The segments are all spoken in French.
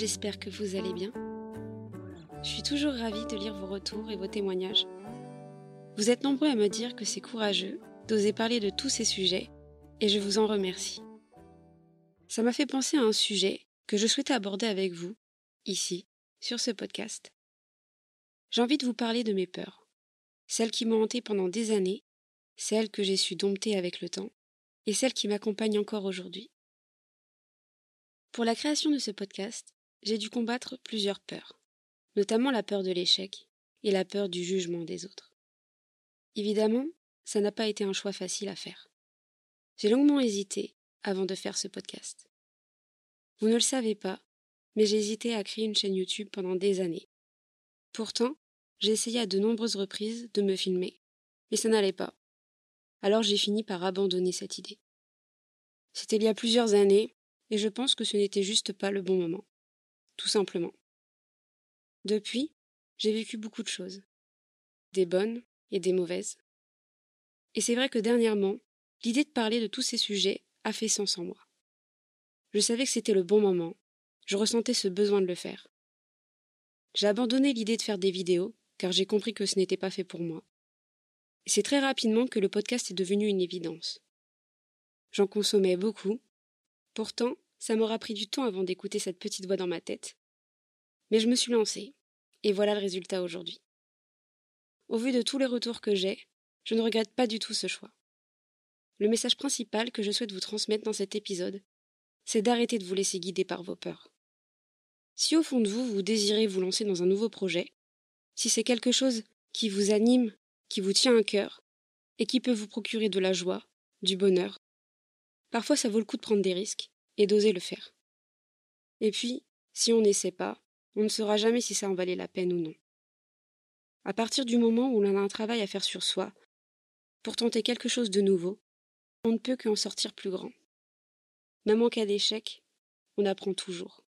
j'espère que vous allez bien. Je suis toujours ravie de lire vos retours et vos témoignages. Vous êtes nombreux à me dire que c'est courageux d'oser parler de tous ces sujets et je vous en remercie. Ça m'a fait penser à un sujet que je souhaitais aborder avec vous, ici, sur ce podcast. J'ai envie de vous parler de mes peurs, celles qui m'ont hantée pendant des années, celles que j'ai su dompter avec le temps et celles qui m'accompagnent encore aujourd'hui. Pour la création de ce podcast, j'ai dû combattre plusieurs peurs, notamment la peur de l'échec et la peur du jugement des autres. Évidemment, ça n'a pas été un choix facile à faire. J'ai longuement hésité avant de faire ce podcast. Vous ne le savez pas, mais j'ai hésité à créer une chaîne YouTube pendant des années. Pourtant, j'ai essayé à de nombreuses reprises de me filmer, mais ça n'allait pas. Alors j'ai fini par abandonner cette idée. C'était il y a plusieurs années, et je pense que ce n'était juste pas le bon moment. Tout simplement. Depuis, j'ai vécu beaucoup de choses. Des bonnes et des mauvaises. Et c'est vrai que dernièrement, l'idée de parler de tous ces sujets a fait sens en moi. Je savais que c'était le bon moment. Je ressentais ce besoin de le faire. J'ai abandonné l'idée de faire des vidéos, car j'ai compris que ce n'était pas fait pour moi. Et c'est très rapidement que le podcast est devenu une évidence. J'en consommais beaucoup. Pourtant, ça m'aura pris du temps avant d'écouter cette petite voix dans ma tête. Mais je me suis lancée, et voilà le résultat aujourd'hui. Au vu de tous les retours que j'ai, je ne regrette pas du tout ce choix. Le message principal que je souhaite vous transmettre dans cet épisode, c'est d'arrêter de vous laisser guider par vos peurs. Si au fond de vous, vous désirez vous lancer dans un nouveau projet, si c'est quelque chose qui vous anime, qui vous tient à cœur, et qui peut vous procurer de la joie, du bonheur, parfois ça vaut le coup de prendre des risques et d'oser le faire. Et puis, si on n'essaie pas, on ne saura jamais si ça en valait la peine ou non. À partir du moment où l'on a un travail à faire sur soi, pour tenter quelque chose de nouveau, on ne peut qu'en sortir plus grand. Même en cas d'échec, on apprend toujours.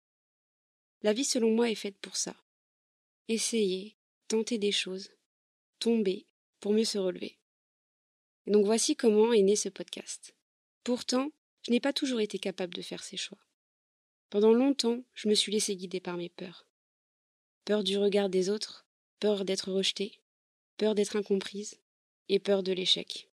La vie, selon moi, est faite pour ça. Essayer, tenter des choses, tomber, pour mieux se relever. Et donc voici comment est né ce podcast. Pourtant, je n'ai pas toujours été capable de faire ces choix. Pendant longtemps, je me suis laissée guider par mes peurs. Peur du regard des autres, peur d'être rejetée, peur d'être incomprise, et peur de l'échec.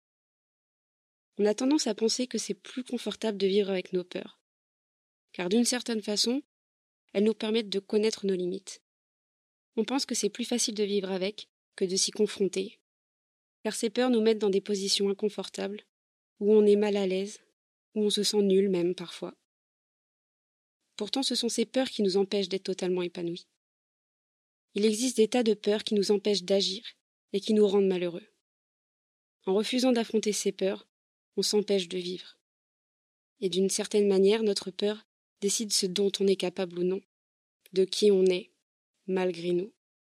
On a tendance à penser que c'est plus confortable de vivre avec nos peurs, car d'une certaine façon, elles nous permettent de connaître nos limites. On pense que c'est plus facile de vivre avec que de s'y confronter, car ces peurs nous mettent dans des positions inconfortables, où on est mal à l'aise, où on se sent nul même parfois. Pourtant, ce sont ces peurs qui nous empêchent d'être totalement épanouis. Il existe des tas de peurs qui nous empêchent d'agir et qui nous rendent malheureux. En refusant d'affronter ces peurs, on s'empêche de vivre. Et d'une certaine manière, notre peur décide ce dont on est capable ou non, de qui on est, malgré nous.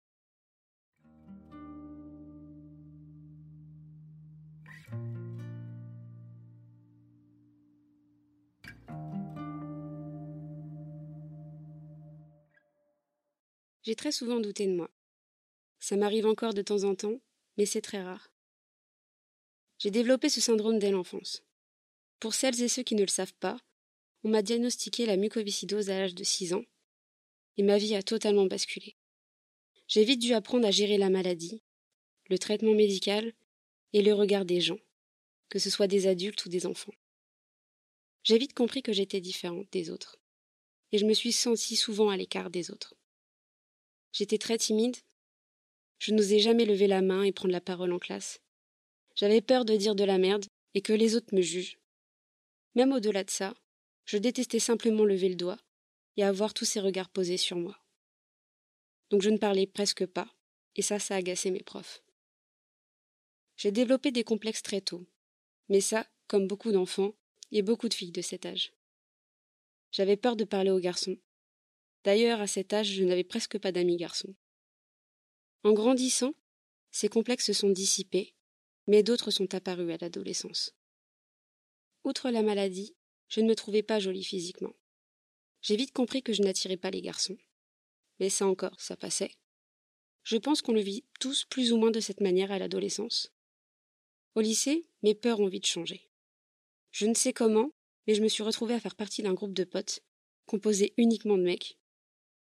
J'ai très souvent douté de moi. Ça m'arrive encore de temps en temps, mais c'est très rare. J'ai développé ce syndrome dès l'enfance. Pour celles et ceux qui ne le savent pas, on m'a diagnostiqué la mucoviscidose à l'âge de 6 ans, et ma vie a totalement basculé. J'ai vite dû apprendre à gérer la maladie, le traitement médical et le regard des gens, que ce soit des adultes ou des enfants. J'ai vite compris que j'étais différente des autres, et je me suis sentie souvent à l'écart des autres. J'étais très timide, je n'osais jamais lever la main et prendre la parole en classe. J'avais peur de dire de la merde et que les autres me jugent. Même au-delà de ça, je détestais simplement lever le doigt et avoir tous ces regards posés sur moi. Donc je ne parlais presque pas, et ça agaçait mes profs. J'ai développé des complexes très tôt, mais ça, comme beaucoup d'enfants, et beaucoup de filles de cet âge. J'avais peur de parler aux garçons. D'ailleurs, à cet âge, je n'avais presque pas d'amis garçons. En grandissant, ces complexes se sont dissipés, mais d'autres sont apparus à l'adolescence. Outre la maladie, je ne me trouvais pas jolie physiquement. J'ai vite compris que je n'attirais pas les garçons. Mais ça encore, ça passait. Je pense qu'on le vit tous plus ou moins de cette manière à l'adolescence. Au lycée, mes peurs ont vite changé. Je ne sais comment, mais je me suis retrouvée à faire partie d'un groupe de potes, composé uniquement de mecs,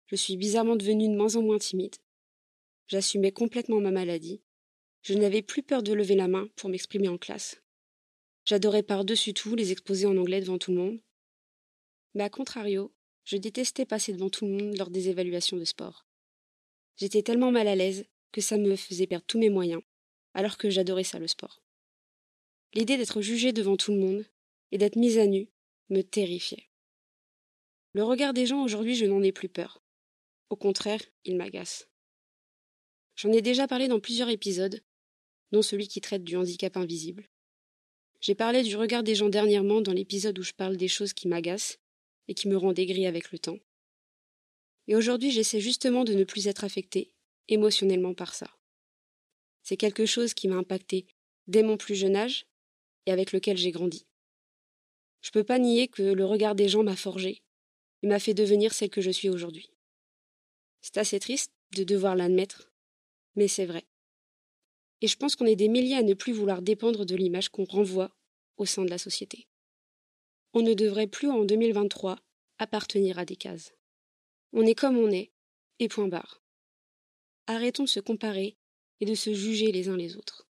Je suis bizarrement devenue de moins en moins timide. J'assumais complètement ma maladie. Je n'avais plus peur de lever la main pour m'exprimer en classe. J'adorais par-dessus tout les exposer en anglais devant tout le monde. Mais à contrario, je détestais passer devant tout le monde lors des évaluations de sport. J'étais tellement mal à l'aise que ça me faisait perdre tous mes moyens, alors que j'adorais ça le sport. L'idée d'être jugée devant tout le monde et d'être mise à nu me terrifiait. Le regard des gens aujourd'hui, je n'en ai plus peur. Au contraire, il m'agace. J'en ai déjà parlé dans plusieurs épisodes, dont celui qui traite du handicap invisible. J'ai parlé du regard des gens dernièrement dans l'épisode où je parle des choses qui m'agacent et qui me rendent aigrie avec le temps. Et aujourd'hui, j'essaie justement de ne plus être affectée émotionnellement par ça. C'est quelque chose qui m'a impactée dès mon plus jeune âge et avec lequel j'ai grandi. Je peux pas nier que le regard des gens m'a forgée et m'a fait devenir celle que je suis aujourd'hui. C'est assez triste de devoir l'admettre, mais c'est vrai. Et je pense qu'on est des milliers à ne plus vouloir dépendre de l'image qu'on renvoie au sein de la société. On ne devrait plus en 2023 appartenir à des cases. On est comme on est, et point barre. Arrêtons de se comparer et de se juger les uns les autres.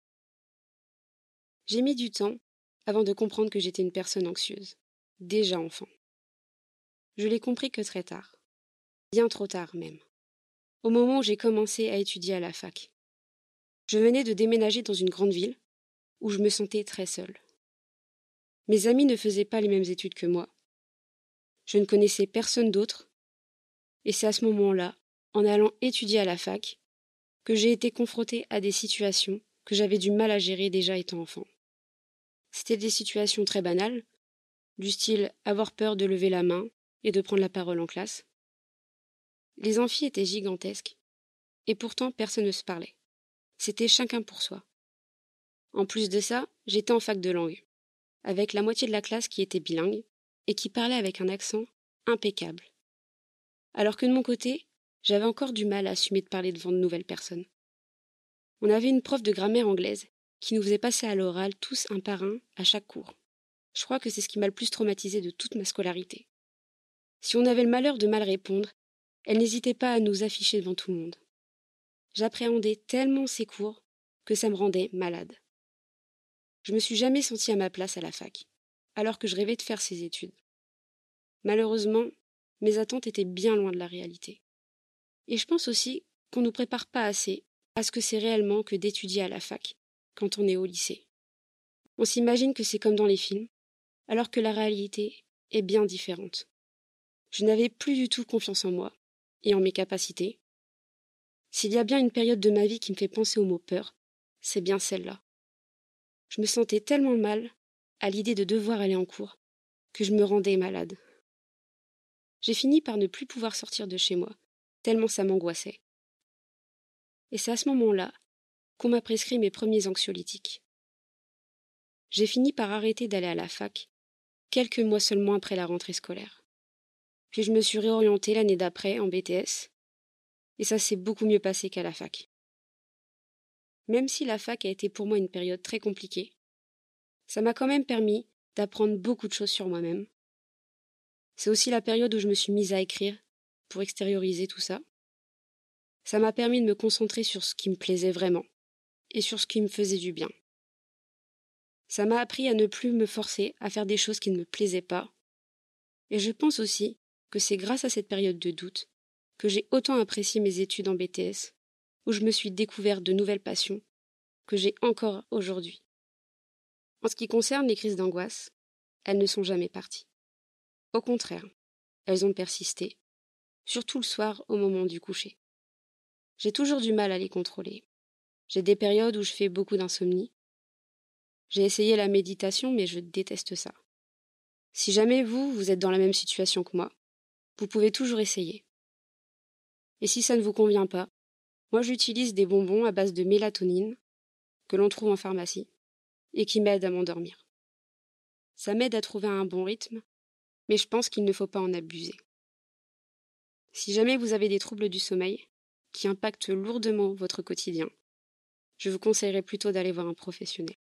J'ai mis du temps avant de comprendre que j'étais une personne anxieuse, déjà enfant. Je l'ai compris que très tard, bien trop tard même, au moment où j'ai commencé à étudier à la fac. Je venais de déménager dans une grande ville où je me sentais très seule. Mes amis ne faisaient pas les mêmes études que moi. Je ne connaissais personne d'autre, et c'est à ce moment-là, en allant étudier à la fac, que j'ai été confrontée à des situations que j'avais du mal à gérer déjà étant enfant. C'était des situations très banales, du style avoir peur de lever la main et de prendre la parole en classe. Les amphis étaient gigantesques, et pourtant personne ne se parlait. C'était chacun pour soi. En plus de ça, j'étais en fac de langue, avec la moitié de la classe qui était bilingue et qui parlait avec un accent impeccable. Alors que de mon côté, j'avais encore du mal à assumer de parler devant de nouvelles personnes. On avait une prof de grammaire anglaise qui nous faisait passer à l'oral tous un par un à chaque cours. Je crois que c'est ce qui m'a le plus traumatisé de toute ma scolarité. Si on avait le malheur de mal répondre, elle n'hésitait pas à nous afficher devant tout le monde. J'appréhendais tellement ces cours que ça me rendait malade. Je me suis jamais sentie à ma place à la fac, alors que je rêvais de faire ces études. Malheureusement, mes attentes étaient bien loin de la réalité. Et je pense aussi qu'on ne nous prépare pas assez à ce que c'est réellement que d'étudier à la fac quand on est au lycée. On s'imagine que c'est comme dans les films, alors que la réalité est bien différente. Je n'avais plus du tout confiance en moi et en mes capacités. S'il y a bien une période de ma vie qui me fait penser au mot peur, c'est bien celle-là. Je me sentais tellement mal à l'idée de devoir aller en cours que je me rendais malade. J'ai fini par ne plus pouvoir sortir de chez moi, tellement ça m'angoissait. Et c'est à ce moment-là qu'on m'a prescrit mes premiers anxiolytiques. J'ai fini par arrêter d'aller à la fac, quelques mois seulement après la rentrée scolaire. Puis je me suis réorientée l'année d'après en BTS, et ça s'est beaucoup mieux passé qu'à la fac. Même si la fac a été pour moi une période très compliquée, ça m'a quand même permis d'apprendre beaucoup de choses sur moi-même. C'est aussi la période où je me suis mise à écrire pour extérioriser tout ça. Ça m'a permis de me concentrer sur ce qui me plaisait vraiment et sur ce qui me faisait du bien. Ça m'a appris à ne plus me forcer à faire des choses qui ne me plaisaient pas. Et je pense aussi que c'est grâce à cette période de doute que j'ai autant apprécié mes études en BTS, où je me suis découvert de nouvelles passions que j'ai encore aujourd'hui. En ce qui concerne les crises d'angoisse, elles ne sont jamais parties. Au contraire, elles ont persisté, surtout le soir au moment du coucher. J'ai toujours du mal à les contrôler. J'ai des périodes où je fais beaucoup d'insomnie. J'ai essayé la méditation, mais je déteste ça. Si jamais vous êtes dans la même situation que moi, vous pouvez toujours essayer. Et si ça ne vous convient pas, moi j'utilise des bonbons à base de mélatonine que l'on trouve en pharmacie et qui m'aident à m'endormir. Ça m'aide à trouver un bon rythme, mais je pense qu'il ne faut pas en abuser. Si jamais vous avez des troubles du sommeil qui impactent lourdement votre quotidien, je vous conseillerais plutôt d'aller voir un professionnel.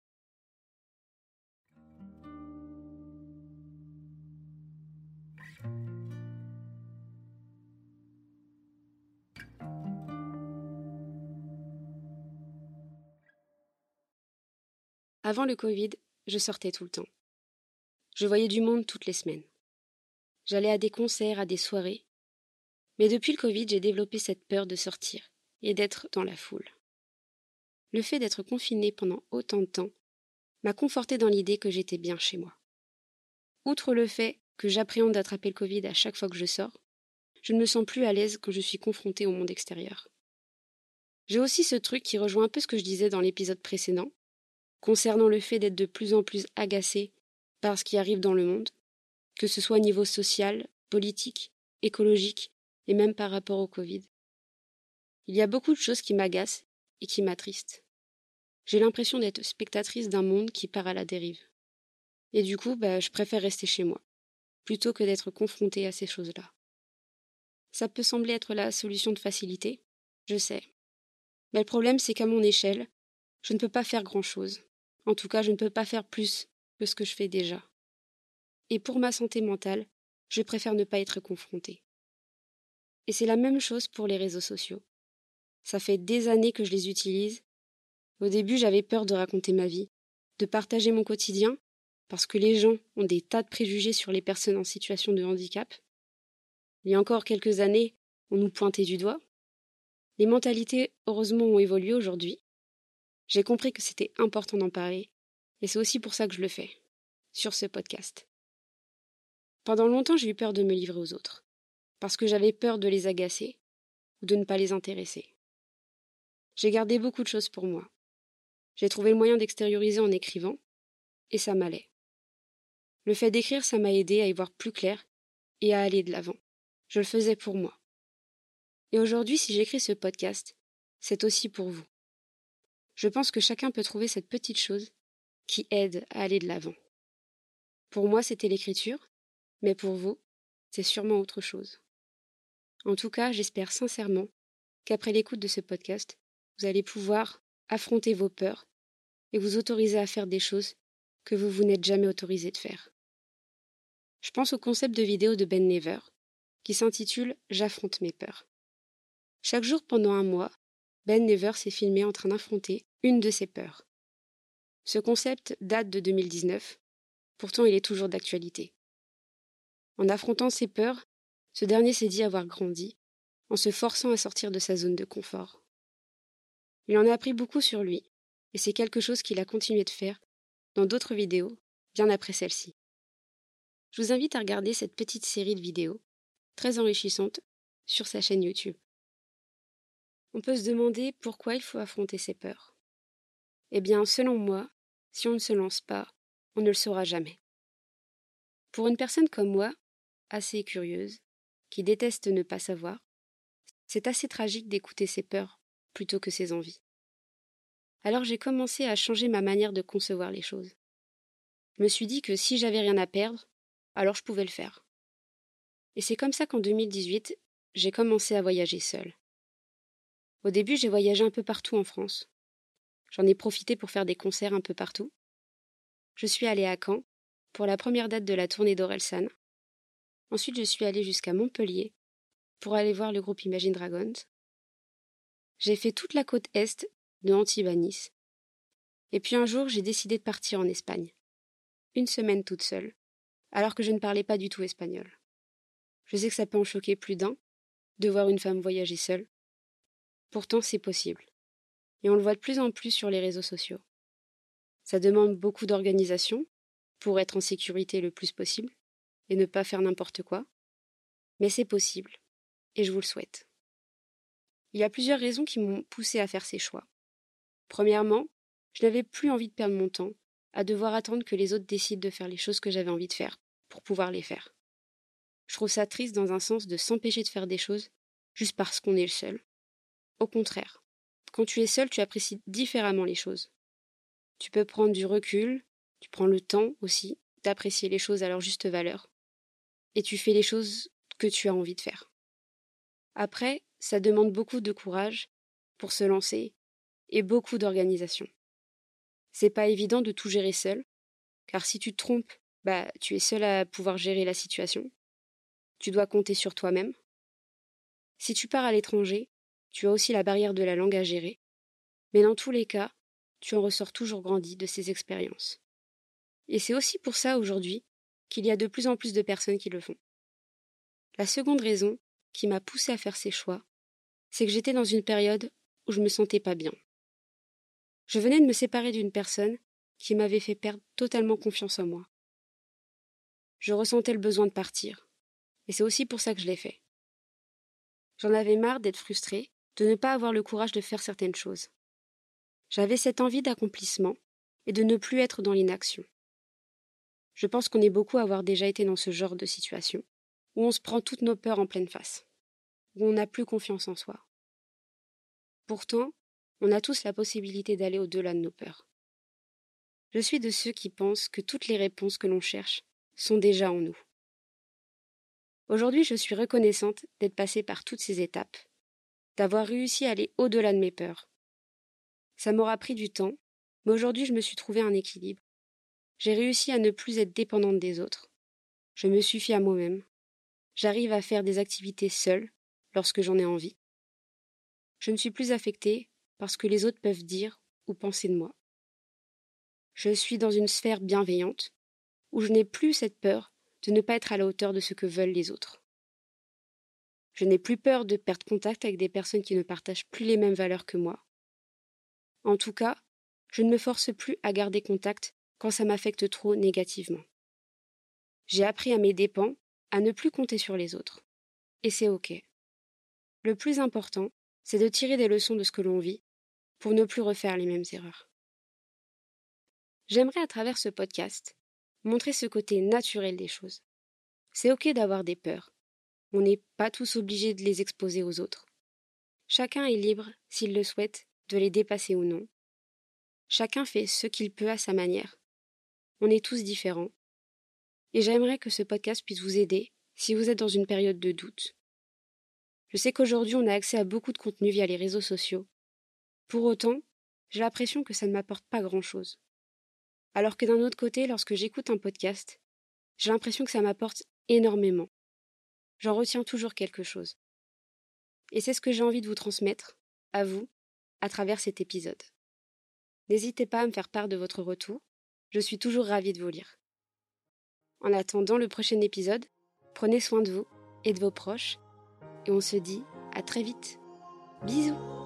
Avant le Covid, je sortais tout le temps. Je voyais du monde toutes les semaines. J'allais à des concerts, à des soirées. Mais depuis le Covid, j'ai développé cette peur de sortir et d'être dans la foule. Le fait d'être confiné pendant autant de temps m'a conforté dans l'idée que j'étais bien chez moi. Outre le fait que j'appréhende d'attraper le Covid à chaque fois que je sors, je ne me sens plus à l'aise quand je suis confrontée au monde extérieur. J'ai aussi ce truc qui rejoint un peu ce que je disais dans l'épisode précédent, concernant le fait d'être de plus en plus agacée par ce qui arrive dans le monde, que ce soit au niveau social, politique, écologique et même par rapport au Covid. Il y a beaucoup de choses qui m'agacent et qui m'attristent. J'ai l'impression d'être spectatrice d'un monde qui part à la dérive. Et du coup, je préfère rester chez moi, plutôt que d'être confrontée à ces choses-là. Ça peut sembler être la solution de facilité, je sais. Mais le problème, c'est qu'à mon échelle, je ne peux pas faire grand-chose. En tout cas, je ne peux pas faire plus que ce que je fais déjà. Et pour ma santé mentale, je préfère ne pas être confrontée. Et c'est la même chose pour les réseaux sociaux. Ça fait des années que je les utilise. Au début, j'avais peur de raconter ma vie, de partager mon quotidien, parce que les gens ont des tas de préjugés sur les personnes en situation de handicap. Il y a encore quelques années, on nous pointait du doigt. Les mentalités, heureusement, ont évolué aujourd'hui. J'ai compris que c'était important d'en parler, et c'est aussi pour ça que je le fais, sur ce podcast. Pendant longtemps, j'ai eu peur de me livrer aux autres, parce que j'avais peur de les agacer ou de ne pas les intéresser. J'ai gardé beaucoup de choses pour moi. J'ai trouvé le moyen d'extérioriser en écrivant, et ça m'allait. Le fait d'écrire, ça m'a aidé à y voir plus clair et à aller de l'avant. Je le faisais pour moi. Et aujourd'hui, si j'écris ce podcast, c'est aussi pour vous. Je pense que chacun peut trouver cette petite chose qui aide à aller de l'avant. Pour moi, c'était l'écriture, mais pour vous, c'est sûrement autre chose. En tout cas, j'espère sincèrement qu'après l'écoute de ce podcast, vous allez pouvoir affronter vos peurs et vous autoriser à faire des choses que vous n'êtes jamais autorisé de faire. Je pense au concept de vidéo de Ben Never, qui s'intitule « J'affronte mes peurs ». Chaque jour pendant un mois, Ben Never s'est filmé en train d'affronter une de ses peurs. Ce concept date de 2019, pourtant il est toujours d'actualité. En affrontant ses peurs, ce dernier s'est dit avoir grandi, en se forçant à sortir de sa zone de confort. Il en a appris beaucoup sur lui, et c'est quelque chose qu'il a continué de faire dans d'autres vidéos, bien après celle-ci. Je vous invite à regarder cette petite série de vidéos, très enrichissante, sur sa chaîne YouTube. On peut se demander pourquoi il faut affronter ses peurs. Eh bien, selon moi, si on ne se lance pas, on ne le saura jamais. Pour une personne comme moi, assez curieuse, qui déteste ne pas savoir, c'est assez tragique d'écouter ses peurs plutôt que ses envies. Alors j'ai commencé à changer ma manière de concevoir les choses. Je me suis dit que si j'avais rien à perdre, alors je pouvais le faire. Et c'est comme ça qu'en 2018, j'ai commencé à voyager seule. Au début, j'ai voyagé un peu partout en France. J'en ai profité pour faire des concerts un peu partout. Je suis allée à Caen pour la première date de la tournée d'Orelsan. Ensuite, je suis allée jusqu'à Montpellier pour aller voir le groupe Imagine Dragons. J'ai fait toute la côte est de Antibes à Nice. Et puis un jour, j'ai décidé de partir en Espagne. Une semaine toute seule, alors que je ne parlais pas du tout espagnol. Je sais que ça peut en choquer plus d'un, de voir une femme voyager seule. Pourtant, c'est possible. Et on le voit de plus en plus sur les réseaux sociaux. Ça demande beaucoup d'organisation pour être en sécurité le plus possible et ne pas faire n'importe quoi. Mais c'est possible, et je vous le souhaite. Il y a plusieurs raisons qui m'ont poussé à faire ces choix. Premièrement, je n'avais plus envie de perdre mon temps à devoir attendre que les autres décident de faire les choses que j'avais envie de faire pour pouvoir les faire. Je trouve ça triste dans un sens de s'empêcher de faire des choses juste parce qu'on est le seul. Au contraire, quand tu es seul, tu apprécies différemment les choses. Tu peux prendre du recul, tu prends le temps aussi d'apprécier les choses à leur juste valeur. Et tu fais les choses que tu as envie de faire. Après, ça demande beaucoup de courage pour se lancer et beaucoup d'organisation. C'est pas évident de tout gérer seul, car si tu te trompes, tu es seul à pouvoir gérer la situation. Tu dois compter sur toi-même. Si tu pars à l'étranger, tu as aussi la barrière de la langue à gérer. Mais dans tous les cas, tu en ressors toujours grandi de ces expériences. Et c'est aussi pour ça aujourd'hui qu'il y a de plus en plus de personnes qui le font. La seconde raison qui m'a poussée à faire ces choix, c'est que j'étais dans une période où je me sentais pas bien. Je venais de me séparer d'une personne qui m'avait fait perdre totalement confiance en moi. Je ressentais le besoin de partir, et c'est aussi pour ça que je l'ai fait. J'en avais marre d'être frustrée, de ne pas avoir le courage de faire certaines choses. J'avais cette envie d'accomplissement et de ne plus être dans l'inaction. Je pense qu'on est beaucoup à avoir déjà été dans ce genre de situation, où on se prend toutes nos peurs en pleine face, où on n'a plus confiance en soi. Pourtant, on a tous la possibilité d'aller au-delà de nos peurs. Je suis de ceux qui pensent que toutes les réponses que l'on cherche sont déjà en nous. Aujourd'hui, je suis reconnaissante d'être passée par toutes ces étapes, d'avoir réussi à aller au-delà de mes peurs. Ça m'aura pris du temps, mais aujourd'hui je me suis trouvé un équilibre. J'ai réussi à ne plus être dépendante des autres. Je me suffis à moi-même. J'arrive à faire des activités seule lorsque j'en ai envie. Je ne suis plus affectée par ce que les autres peuvent dire ou penser de moi. Je suis dans une sphère bienveillante où je n'ai plus cette peur de ne pas être à la hauteur de ce que veulent les autres. Je n'ai plus peur de perdre contact avec des personnes qui ne partagent plus les mêmes valeurs que moi. En tout cas, je ne me force plus à garder contact quand ça m'affecte trop négativement. J'ai appris à mes dépens à ne plus compter sur les autres. Et c'est OK. Le plus important, c'est de tirer des leçons de ce que l'on vit pour ne plus refaire les mêmes erreurs. J'aimerais à travers ce podcast montrer ce côté naturel des choses. C'est OK d'avoir des peurs. On n'est pas tous obligés de les exposer aux autres. Chacun est libre, s'il le souhaite, de les dépasser ou non. Chacun fait ce qu'il peut à sa manière. On est tous différents. Et j'aimerais que ce podcast puisse vous aider si vous êtes dans une période de doute. Je sais qu'aujourd'hui on a accès à beaucoup de contenu via les réseaux sociaux. Pour autant, j'ai l'impression que ça ne m'apporte pas grand-chose. Alors que d'un autre côté, lorsque j'écoute un podcast, j'ai l'impression que ça m'apporte énormément. J'en retiens toujours quelque chose. Et c'est ce que j'ai envie de vous transmettre, à vous, à travers cet épisode. N'hésitez pas à me faire part de votre retour, je suis toujours ravie de vous lire. En attendant le prochain épisode, prenez soin de vous et de vos proches, et on se dit à très vite. Bisous!